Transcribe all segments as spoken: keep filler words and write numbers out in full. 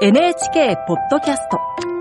エヌエイチケー ポッドキャスト、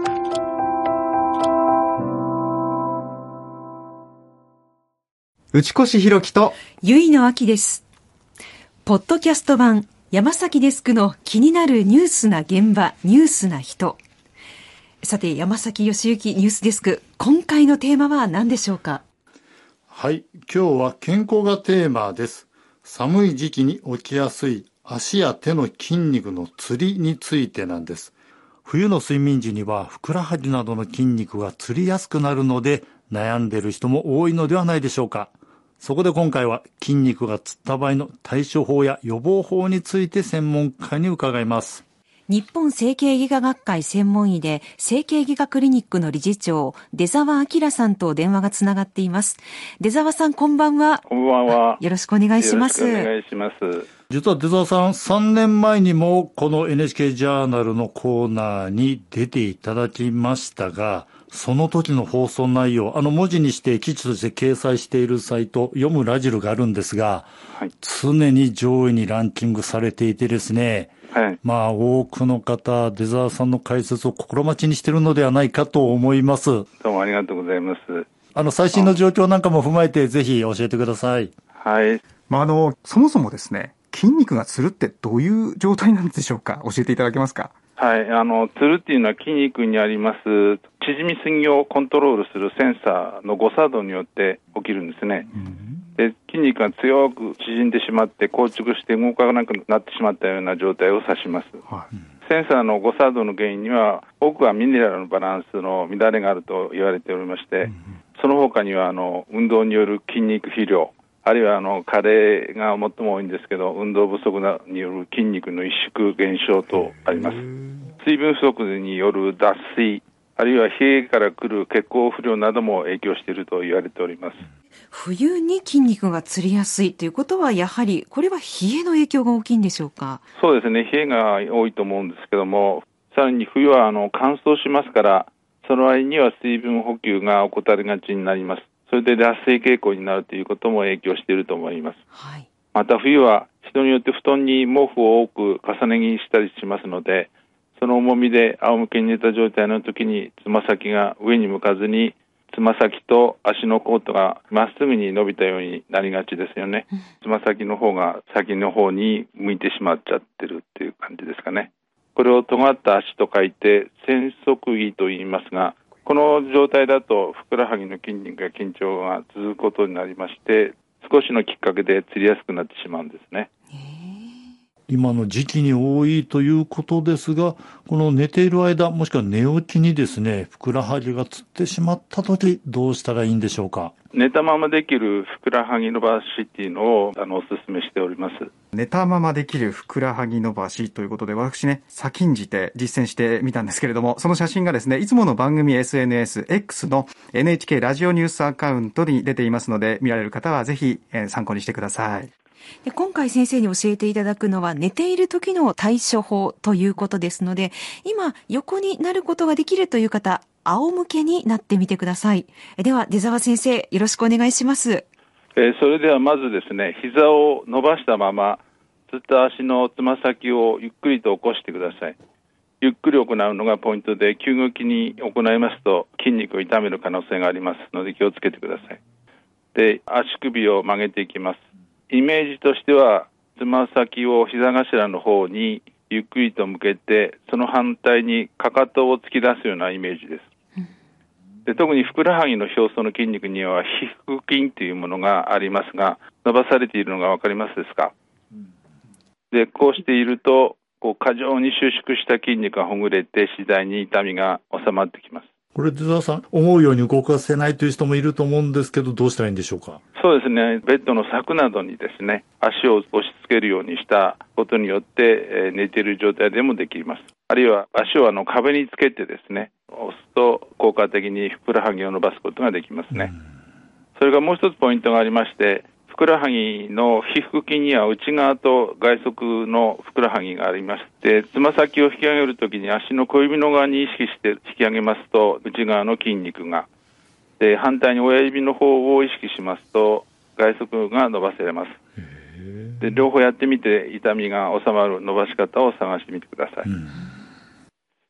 内越弘樹とゆいのあきです。ポッドキャスト版山崎デスクの気になるニュースな現場、ニュースな人。さて、山崎義行ニュースデスク、今回のテーマは何でしょうか？ はい、今日は健康がテーマです。寒い時期に起きやすい足や手の筋肉のつりについてなんです。冬の睡眠時にはふくらはぎなどの筋肉がつりやすくなるので悩んでいる人も多いのではないでしょうか。そこで今回は筋肉がつった場合の対処法や予防法について専門家に伺います。 日本整形外科学会専門医で整形外科クリニックの理事長出沢明さんと電話がつながっています。出沢さん、こんばんは。 こんばんは。 よろしくお願いします。 よろしくお願いします。 実は出沢さん、さんねんまえにもこの エヌエイチケー ジャーナルのコーナーに出ていただきましたが、その時の放送内容、あの文字にして記事として掲載しているサイト、読むラジルがあるんですが、はい、常に上位にランキングされていてですね、はい、まあ多くの方、出沢さんの解説を心待ちにしているのではないかと思います。 どうもありがとうございます。 あの最新の状況なんかも踏まえてぜひ教えてください。 はい。 まあ、あの、そもそもですね、筋肉がつるってどういう状態なんでしょうか？教えていただけますか？ はい。あの、つるっていうのは筋肉にあります、縮みすぎをコントロールするセンサーの誤作動によって起きるんですね。で、筋肉が強く縮んでしまって硬直して動かなくなってしまったような状態を指します。はい、センサーの誤作動の原因には多くはミネラルのバランスの乱れがあると言われておりまして、その他にはあの運動による筋肉肥料、あるいはあの加齢が最も多いんですけど、運動不足による筋肉の萎縮減少とあります。水分不足による脱水、あるいは冷えから来る血行不良なども影響していると言われております。 冬に筋肉がつりやすいということは、やはりこれは冷えの影響が大きいんでしょうか？ そうですね、冷えが多いと思うんですけども、さらに冬はあの乾燥しますから、その割には水分補給が怠りがちになります。それで脱水傾向になるということも影響していると思います。はい、また冬は人によって布団に毛布を多く重ね着したりしますので、その重みで仰向けに寝た状態の時につま先が上に向かずに、つま先と足の甲とがまっすぐに伸びたようになりがちですよね。つま先の方が先の方に向いてしまっちゃってるっていう感じですかね。これを尖った足と書いて線足木と言いますが、この状態だとふくらはぎの筋肉や緊張が続くことになりまして、少しのきっかけでつりやすくなってしまうんですね。 今の時期に多いということですが、この寝ている間、もしくは寝起きにですね、ふくらはぎがつってしまったとき、どうしたらいいんでしょうか？ 寝たままできるふくらはぎ伸ばしっていうのをあのお勧めしております。 寝たままできるふくらはぎ伸ばしということで、私ね、先んじて実践してみたんですけれども、その写真がですね、いつもの番組 エスエヌエス、X の エヌエイチケー ラジオニュースアカウントに出ていますので、見られる方はぜひ、えー、参考にしてください。 で、今回先生に教えていただくのは寝ている時の対処法ということですので、今横になることができるという方、仰向けになってみてください。では出沢先生、よろしくお願いします。 えー、それではまずですね、膝を伸ばしたままつった足のつま先をゆっくりと起こしてください。ゆっくり行うのがポイントで、急激に行いますと筋肉を痛める可能性がありますので気をつけてください。で、足首を曲げていきます。イメージとしては、つま先を膝頭の方にゆっくりと向けて、その反対にかかとを突き出すようなイメージです。で、特にふくらはぎの表層の筋肉には腓腹筋というものがありますが、伸ばされているのがわかりますですか？で、こうしていると、こう過剰に収縮した筋肉がほぐれて、次第に痛みが収まってきます。 これ出沢さん、思うように動かせないという人もいると思うんですけど、どうしたらいいんでしょうか？ そうですね、ベッドの柵などにですね、足を押し付けるようにしたことによって、えー、寝ている状態でもできます。あるいは足をあの壁につけてですね、押すと効果的にふくらはぎを伸ばすことができますね。それがもう一つポイントがありまして、ふくらはぎの腓腹筋には内側と外側のふくらはぎがありまして、つま先を引き上げるときに足の小指の側に意識して引き上げますと内側の筋肉が、で反対に親指の方を意識しますと外側が伸ばせれます。で両方やってみて痛みが収まる伸ばし方を探してみてください。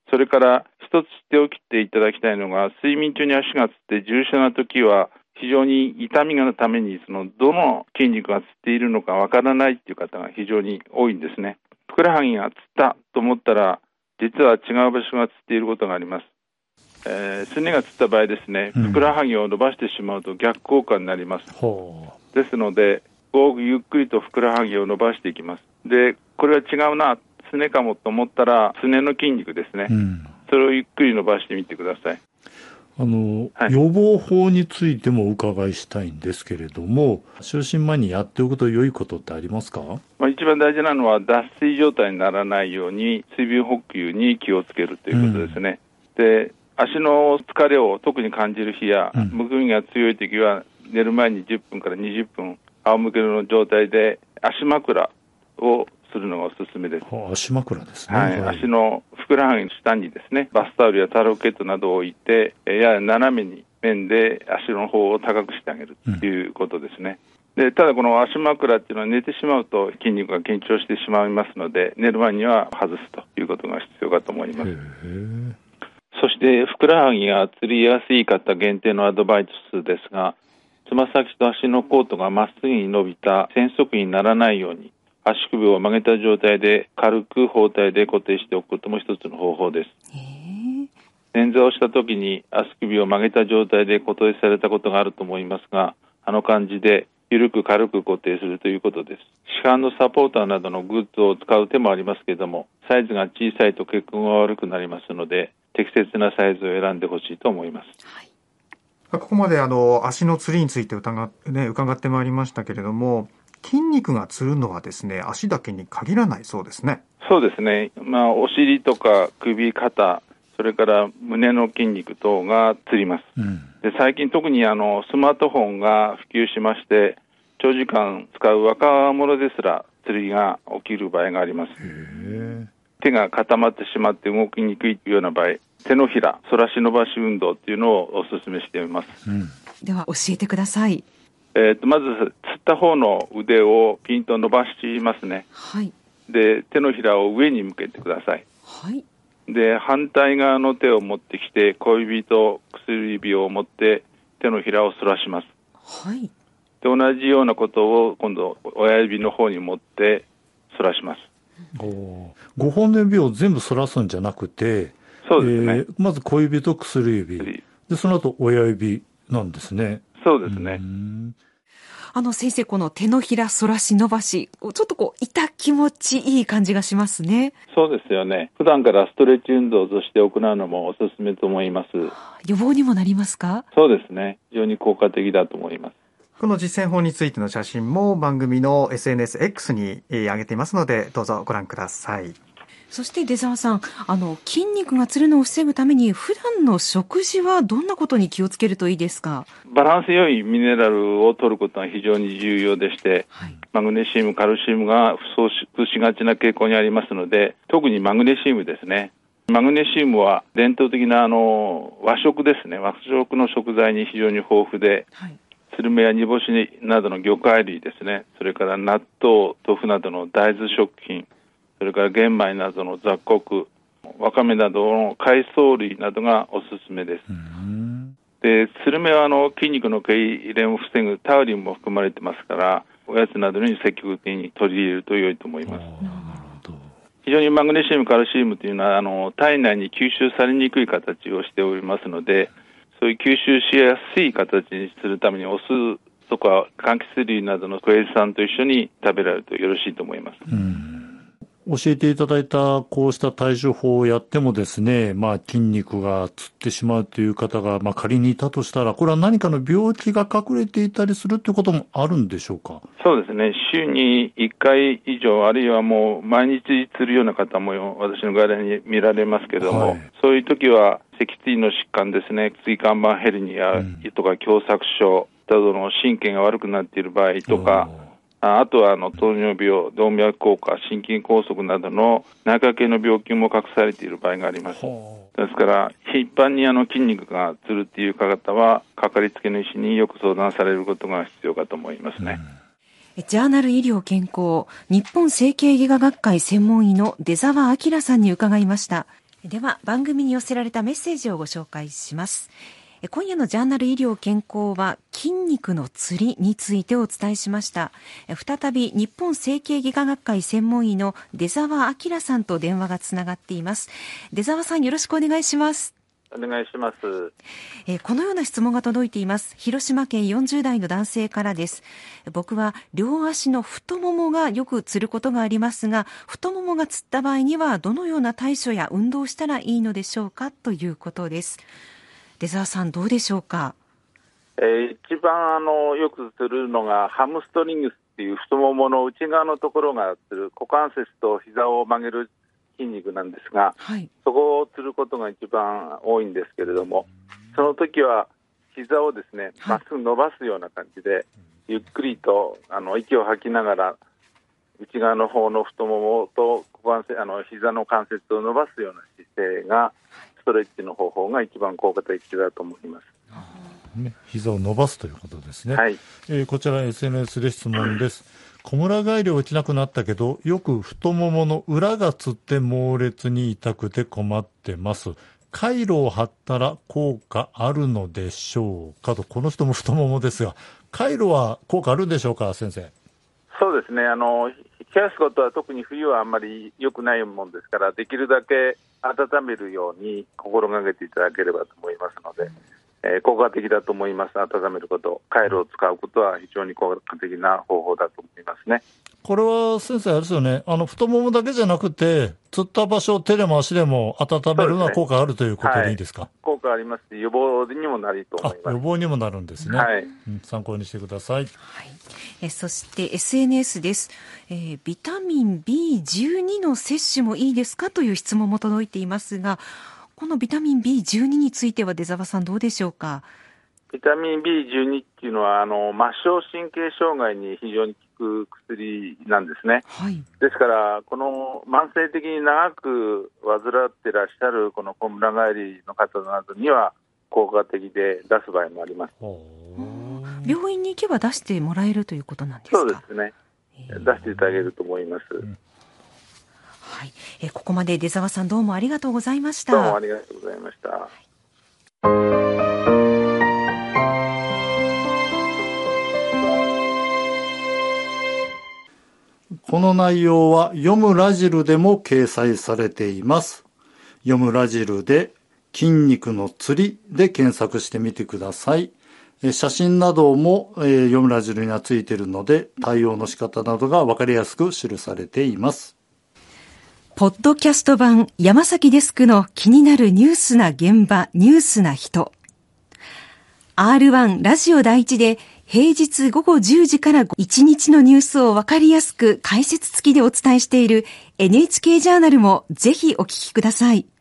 それから一つ知っておきていただきたいのが、睡眠中に足がつって重症な時は非常に痛みのためにそのどの筋肉がつっているのかわからないという方が非常に多いんですね。ふくらはぎがつったと思ったら実は違う場所がつっていることがあります。えー、すねがつった場合ですね、ふくらはぎを伸ばしてしまうと逆効果になります。うん、ですのでごくゆっくりとふくらはぎを伸ばしていきます。で、これは違うな、すねかもと思ったらすねの筋肉ですね、うん、それをゆっくり伸ばしてみてください。 あの、はい、予防法についてもお伺いしたいんですけれども、就寝前にやっておくと良いことってありますか？ まあ、一番大事なのは脱水状態にならないように水分補給に気をつけるということですね。うん、で、足の疲れを特に感じる日や、うん、むくみが強い時は寝る前にじゅっぷんからにじゅっぷん仰向けの状態で足枕をするのがおすすめです。 はあ、足枕ですね。 はい、はい、足のふくらはぎの下にですね、バスタオルやタオルケットなどを置いて、やや斜めに面で足の方を高くしてあげるということですね。うん、で、ただこの足枕っていうのは寝てしまうと筋肉が緊張してしまいますので、寝る前には外すということが必要かと思います。へー。そしてふくらはぎがつりやすい方限定のアドバイスですが、つま先と足の甲とがまっすぐに伸びた線束にならないように足首を曲げた状態で軽く包帯で固定しておくことも一つの方法です。捻挫をした時に足首を曲げた状態で固定されたことがあると思いますが、あの感じで緩く軽く固定するということです。市販のサポーターなどのグッズを使う手もありますけれども、サイズが小さいと血行が悪くなりますので、適切なサイズを選んでほしいと思います。はい、 ここまであの足のつりについて伺っ、ね、伺ってまいりましたけれども、筋肉がつるのはですね、足だけに限らないそうですね。 そうですね。まあ、お尻とか首、肩、それから胸の筋肉等がつります。うん、で、最近特にあのスマートフォンが普及しまして、長時間使う若者ですらつりが起きる場合があります。へー。手が固まってしまって動きにくいというような場合、手のひら反らし伸ばし運動っていうのをお勧めしています。 うん、では教えてください。 えー、とまずつった方の腕をピンと伸ばしますね。 はい。 で、手のひらを上に向けてください。 はい。 で、反対側の手を持ってきて小指と薬指を持って手のひらを反らします。 はい。 で、同じようなことを今度親指の方に持って反らします。 おごほんの指を全部反らすんじゃなくて、 そうですね。 えー、まず小指と薬指で、その後親指なんですね。 そうですね。 あの先生、この手のひら反らし伸ばし、ちょっとこう痛気持ちいい感じがしますね。 そうですよね。普段からストレッチ運動として行うのもおすすめと思います。 予防にもなりますか？ そうですね。非常に効果的だと思います。 この実践法についての写真も番組の エスエヌエスエックス に上げていますので、どうぞご覧ください。 そして出沢さん、あの筋肉がつるのを防ぐために普段の食事はどんなことに気をつけるといいですか？ バランス良いミネラルを取ることが非常に重要でして、はい、マグネシウム、カルシウムが不足しがちな傾向にありますので、特にマグネシウムですね。マグネシウムは伝統的なあの和食ですね。和食の食材に非常に豊富で、はい、スルメや煮干しなどの魚介類ですね。それから納豆、豆腐などの大豆食品、それから玄米などの雑穀、わかめなどの海藻類などがおすすめです。で、スルメはあの筋肉の痙攣を防ぐタウリンも含まれてますから、おやつなどに積極的に取り入れると良いと思います。非常にマグネシウム、カルシウムというのはあの体内に吸収されにくい形をしておりますので、そういう吸収しやすい形にするためにお酢とか柑橘類などのクエン酸と一緒に食べられるとよろしいと思います。うん、 教えていただいたこうした対処法をやってもですね、まあ筋肉がつってしまうという方が、まあ仮にいたとしたら、これは何かの病気が隠れていたりするということもあるんでしょうか？ そうですね。週にいっかい以上、あるいはもう毎日つるような方も私の外来に見られますけれども、はい、そういう時は脊椎の疾患ですね、椎間板ヘルニアとか狭窄症などの神経が悪くなっている場合とか、あとはあの糖尿病、動脈硬化、心筋梗塞などの内科系の病気も隠されている場合があります。ですから一般にあの筋肉がつるっていう方はかかりつけの医師によく相談されることが必要かと思いますね。 うん、ジャーナル医療健康日本整形外科学会専門医の出沢明さんに伺いました。 では番組に寄せられたメッセージをご紹介します。今夜のジャーナル医療健康は筋肉のつりについてお伝えしました。再び日本整形外科学会専門医の出沢明さんと電話がつながっています。出沢さん、よろしくお願いします。 お願いします。 えー、このような質問が届いています。広島県よんじゅう代の男性からです。僕は両足の太ももがよくつることがありますが、太ももがつった場合にはどのような対処や運動をしたらいいのでしょうか、ということです。出沢さん、どうでしょうか。 えー、一番あのよくつるのがハムストリングスっていう太ももの内側のところがつる股関節と膝を曲げる筋肉なんですが、はい、そこをつることが一番多いんですけれども、その時は膝をですね、まっすぐ伸ばすような感じで、はい、ゆっくりとあの息を吐きながら内側の方の太ももと股関節、あの膝の関節を伸ばすような姿勢がストレッチの方法が一番効果的だと思います。 ね、膝を伸ばすということですね。 はい。 えー、こちら エスエヌエス で質問です。小村返り落ちなくなったけど、よく太ももの裏がつって猛烈に痛くて困ってます。カイロを貼ったら効果あるのでしょうかと、この人も太ももですが、カイロは効果あるんでしょうか、先生。 そうですね。あの、冷やすことは特に冬はあんまり良くないもんですから、できるだけ温めるように心がけていただければと思いますので、えー、効果的だと思います。温めること、カイロを使うことは非常に効果的な方法だと思いますね。 これは先生あれですよね、あの太ももだけじゃなくて、つった場所を手でも足でも温めるのは効果あるということでいいですか。 はい、効果ありますし、予防にもなると思います。 予防にもなるんですね。 はい、 うん、参考にしてください。はい、 えそして エスエヌエス です、えー、ビタミン ビーじゅうに の摂取もいいですかという質問も届いていますが、このビタミン ビーじゅうに については出沢さん、どうでしょうか。 ビタミン ビーじゅうに っていうのはあの末梢神経障害に非常に効く薬なんですね。 はい、 ですからこの慢性的に長く患っていらっしゃるこの小村返りの方などには効果的で出す場合もあります。 病院に行けば出してもらえるということなんですか。 そうですね、出していただけると思います。うん、 はい、えここまで出沢さん、どうもありがとうございました。 どうもありがとうございました。はい、 この内容は読むラジルでも掲載されています。読むラジルで筋肉のつりで検索してみてください。写真なども、えー、読むラジルにはついているので、対応の仕方などが分かりやすく記されています。 ポッドキャスト版山崎デスクの気になるニュースな現場、ニュースな人。アールワン ラジオ第一で平日午後じゅうじからいちにちのニュースを分かりやすく解説付きでお伝えしている エヌエイチケー ジャーナルもぜひお聞きください。